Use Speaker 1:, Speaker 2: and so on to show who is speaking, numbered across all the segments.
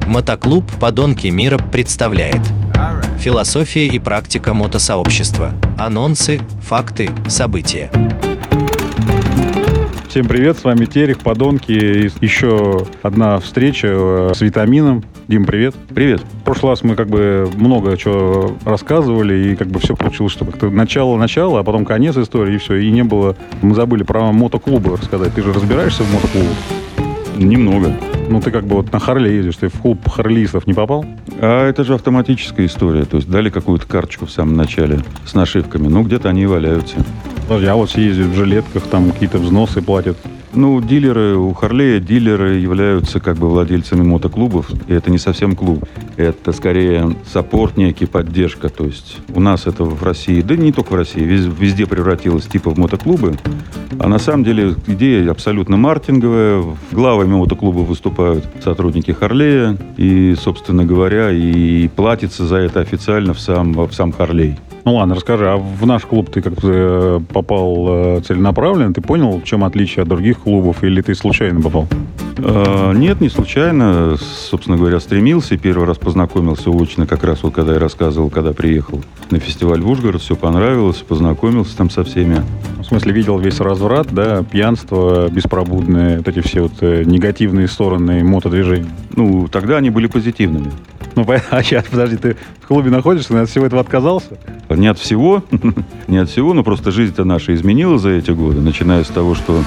Speaker 1: Мотоклуб «Подонки мира» представляет философия и практика мотосообщества. Анонсы, факты, события.
Speaker 2: Всем привет, с вами Терех, Подонки. И еще одна встреча с Витамином. Дим, привет.
Speaker 3: Привет.
Speaker 2: В прошлый раз мы много чего рассказывали, и все получилось, что как-то начало, а потом конец истории, и все, и не было. Мы забыли про мотоклубы рассказать. Ты же разбираешься в мотоклубах?
Speaker 3: Немного.
Speaker 2: Ну, ты на Харле ездишь, ты в клуб харлистов не попал?
Speaker 3: А это же автоматическая история. То есть дали какую-то карточку в самом начале с нашивками. Ну, где-то они и валяются.
Speaker 2: Подожди, а вот все ездят в жилетках, там какие-то взносы платят.
Speaker 3: Ну, у Харлея дилеры являются владельцами мотоклубов. И это не совсем клуб. Это скорее саппорт некий, поддержка. То есть у нас это в России, да не только в России, везде превратилось типа в мотоклубы. А на самом деле идея абсолютно маркетинговая. Главами мотоклуба выступают сотрудники Харлея. И, собственно говоря, и платится за это официально в сам Харлей.
Speaker 2: Ну ладно, расскажи, а в наш клуб ты как-то попал целенаправленно? Ты понял, в чем отличие от других клубов, или ты случайно попал?
Speaker 3: Нет, не случайно. Собственно говоря, стремился. И первый раз познакомился очно, как раз когда я рассказывал, когда приехал на фестиваль в Ужгород. Все понравилось, познакомился там со всеми.
Speaker 2: В смысле, видел весь разврат, да, пьянство беспробудное, вот эти все негативные стороны мотодвижения?
Speaker 3: Ну, тогда они были позитивными.
Speaker 2: Ну, а сейчас, подожди, ты в клубе находишься, ты от всего этого отказался?
Speaker 3: Не от всего, но просто жизнь-то наша изменилась за эти годы, начиная с того, что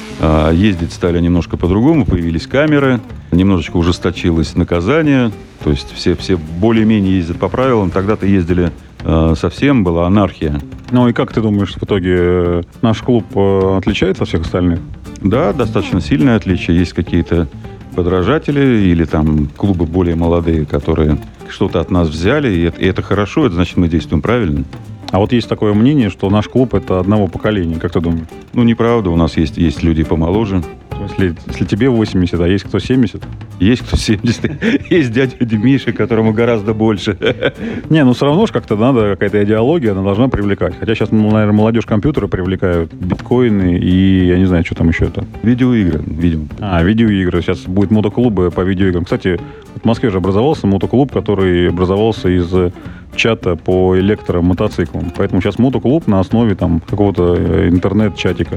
Speaker 3: ездить стали немножко по-другому, появились камеры, немножечко ужесточилось наказание, то есть все более-менее ездят по правилам, тогда-то ездили совсем, была анархия. Ну
Speaker 2: и как ты думаешь, в итоге наш клуб отличается от всех остальных?
Speaker 3: Да, достаточно сильное отличие, есть какие-то подражатели или там клубы более молодые, которые что-то от нас взяли, и это хорошо, это значит, мы действуем правильно.
Speaker 2: А вот есть такое мнение, что наш клуб — это одного поколения, как ты думаешь?
Speaker 3: Ну, неправда, у нас есть люди помоложе.
Speaker 2: В смысле, если тебе 80, а есть кто 70?
Speaker 3: Есть кто 70. Есть дядя Миша, которому гораздо больше.
Speaker 2: Не, все равно же как-то надо, какая-то идеология, она должна привлекать. Хотя сейчас, наверное, молодежь компьютеры привлекают, биткоины и я не знаю, что там еще это.
Speaker 3: Видеоигры, видимо.
Speaker 2: Видеоигры. Сейчас будет мотоклубы по видеоиграм. Кстати, в Москве же образовался мотоклуб, который образовался из чата по электромотоциклам. Поэтому сейчас мотоклуб на основе какого-то интернет-чатика.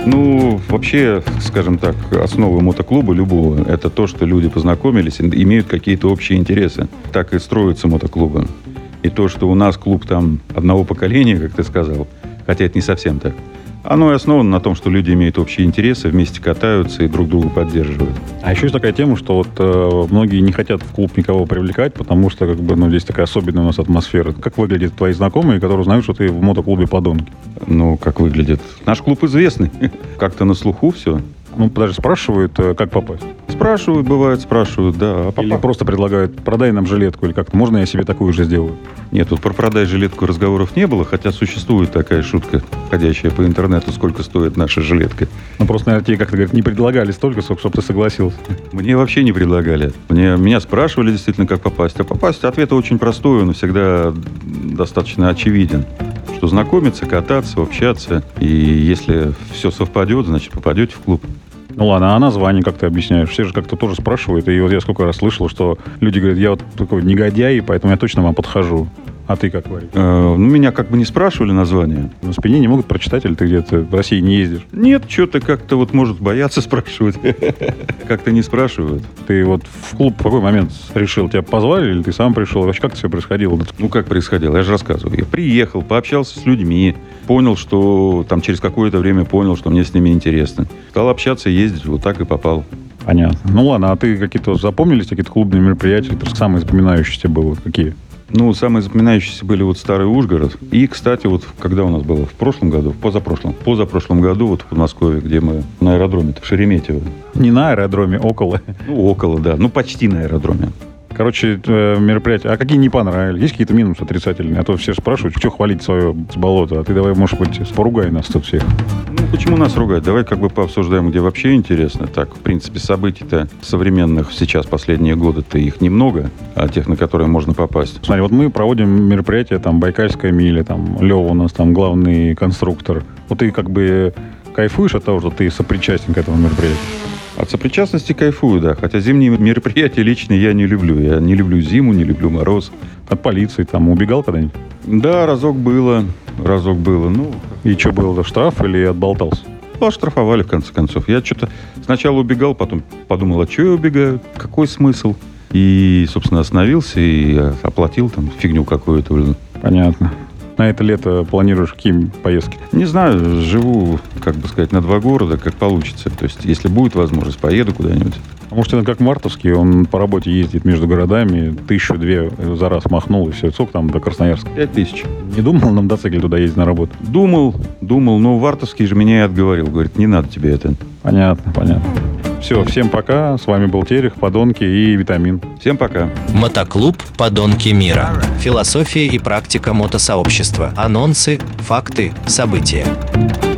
Speaker 3: Ну, вообще, скажем так, основа мотоклуба любого — это то, что люди познакомились, имеют какие-то общие интересы. Так и строятся мотоклубы. И то, что у нас клуб одного поколения, как ты сказал, хотя это не совсем так, оно и основано на том, что люди имеют общие интересы, вместе катаются и друг друга поддерживают.
Speaker 2: А еще есть такая тема, что многие не хотят в клуб никого привлекать, потому что здесь такая особенная у нас атмосфера. Как выглядят твои знакомые, которые знают, что ты в мотоклубе «Подонки»?
Speaker 3: Ну, как выглядит? Наш клуб известный. Как-то на слуху все.
Speaker 2: Ну, подожди, спрашивают, как попасть?
Speaker 3: Спрашивают, да.
Speaker 2: Или просто предлагают: продай нам жилетку, или как-то можно я себе такую же сделаю?
Speaker 3: Нет, тут про продай жилетку разговоров не было, хотя существует такая шутка, ходящая по интернету, сколько стоит наша жилетка.
Speaker 2: Ну, просто, наверное, тебе как-то не предлагали столько, чтобы ты согласился.
Speaker 3: Мне вообще не предлагали. Меня спрашивали действительно, как попасть. А попасть ответ очень простой, он всегда достаточно очевиден. Что знакомиться, кататься, общаться. И если все совпадет, значит, попадете в клуб.
Speaker 2: Ну ладно, а название как ты объясняешь? Все же как-то тоже спрашивают. И вот я сколько раз слышал, что люди говорят: я вот такой негодяй, поэтому я точно вам подхожу. А ты как говоришь?
Speaker 3: Меня не спрашивали название.
Speaker 2: На спине не могут прочитать, или ты где-то в России не ездишь?
Speaker 3: Нет, что-то как-то может бояться спрашивать. Как-то не спрашивают.
Speaker 2: Ты в клуб в какой момент решил? Тебя позвали или ты сам пришел? Вообще, как это все происходило?
Speaker 3: Ну, как происходило? Я же рассказываю. Я приехал, пообщался с людьми, понял, что через какое-то время понял, что мне с ними интересно. Стал общаться, ездить, вот так и попал.
Speaker 2: Понятно. Ну ладно, а ты какие-то запомнились, какие-то клубные мероприятия? Самые запоминающиеся было? Какие?
Speaker 3: Ну, самые запоминающиеся были Старый Ужгород. И, кстати, когда у нас было? В прошлом году? В позапрошлом году в Подмосковье, где мы на аэродроме, в Шереметьево.
Speaker 2: Не на аэродроме, около.
Speaker 3: Ну, около, да. Ну, почти на аэродроме.
Speaker 2: Короче, мероприятия. А какие не понравились? Есть какие-то минусы отрицательные? А то все спрашивают, что хвалить свое болото. А ты давай, может быть, поругай нас тут всех.
Speaker 3: Ну, почему нас ругать? Давай пообсуждаем, где вообще интересно. Так, в принципе, событий-то современных сейчас, последние годы-то их немного, а тех, на которые можно попасть.
Speaker 2: Смотри, вот мы проводим мероприятия, Байкальская миля, Лева у нас главный конструктор. Вот ты кайфуешь от того, что ты сопричастен к этому мероприятию?
Speaker 3: От сопричастности кайфую, да. Хотя зимние мероприятия лично я не люблю. Я не люблю зиму, не люблю мороз.
Speaker 2: От полиции там убегал когда-нибудь?
Speaker 3: Да, разок было. Ну,
Speaker 2: И что, был штраф или отболтался?
Speaker 3: оштрафовали в конце концов. Я что-то сначала убегал, потом подумал, а что я убегаю? Какой смысл? И, собственно, остановился и оплатил там фигню какую-то. Блин.
Speaker 2: Понятно. На это лето планируешь какие поездки?
Speaker 3: Не знаю, живу, как бы сказать, на 2 города, как получится. То есть, если будет возможность, поеду куда-нибудь.
Speaker 2: А может, это как Мартовский, он по работе ездит между городами, 1000-2 за раз махнул, и все, сколько там до Красноярска?
Speaker 3: 5000.
Speaker 2: Не думал на мотоцикле туда ездить на работу?
Speaker 3: Думал, но Вартовский же меня и отговорил. Говорит, не надо тебе это.
Speaker 2: Понятно. Все, всем пока. С вами был Терех, Подонки и Витамин.
Speaker 3: Всем пока.
Speaker 1: Мотоклуб «Подонки мира». Философия и практика мотосообщества. Анонсы, факты, события.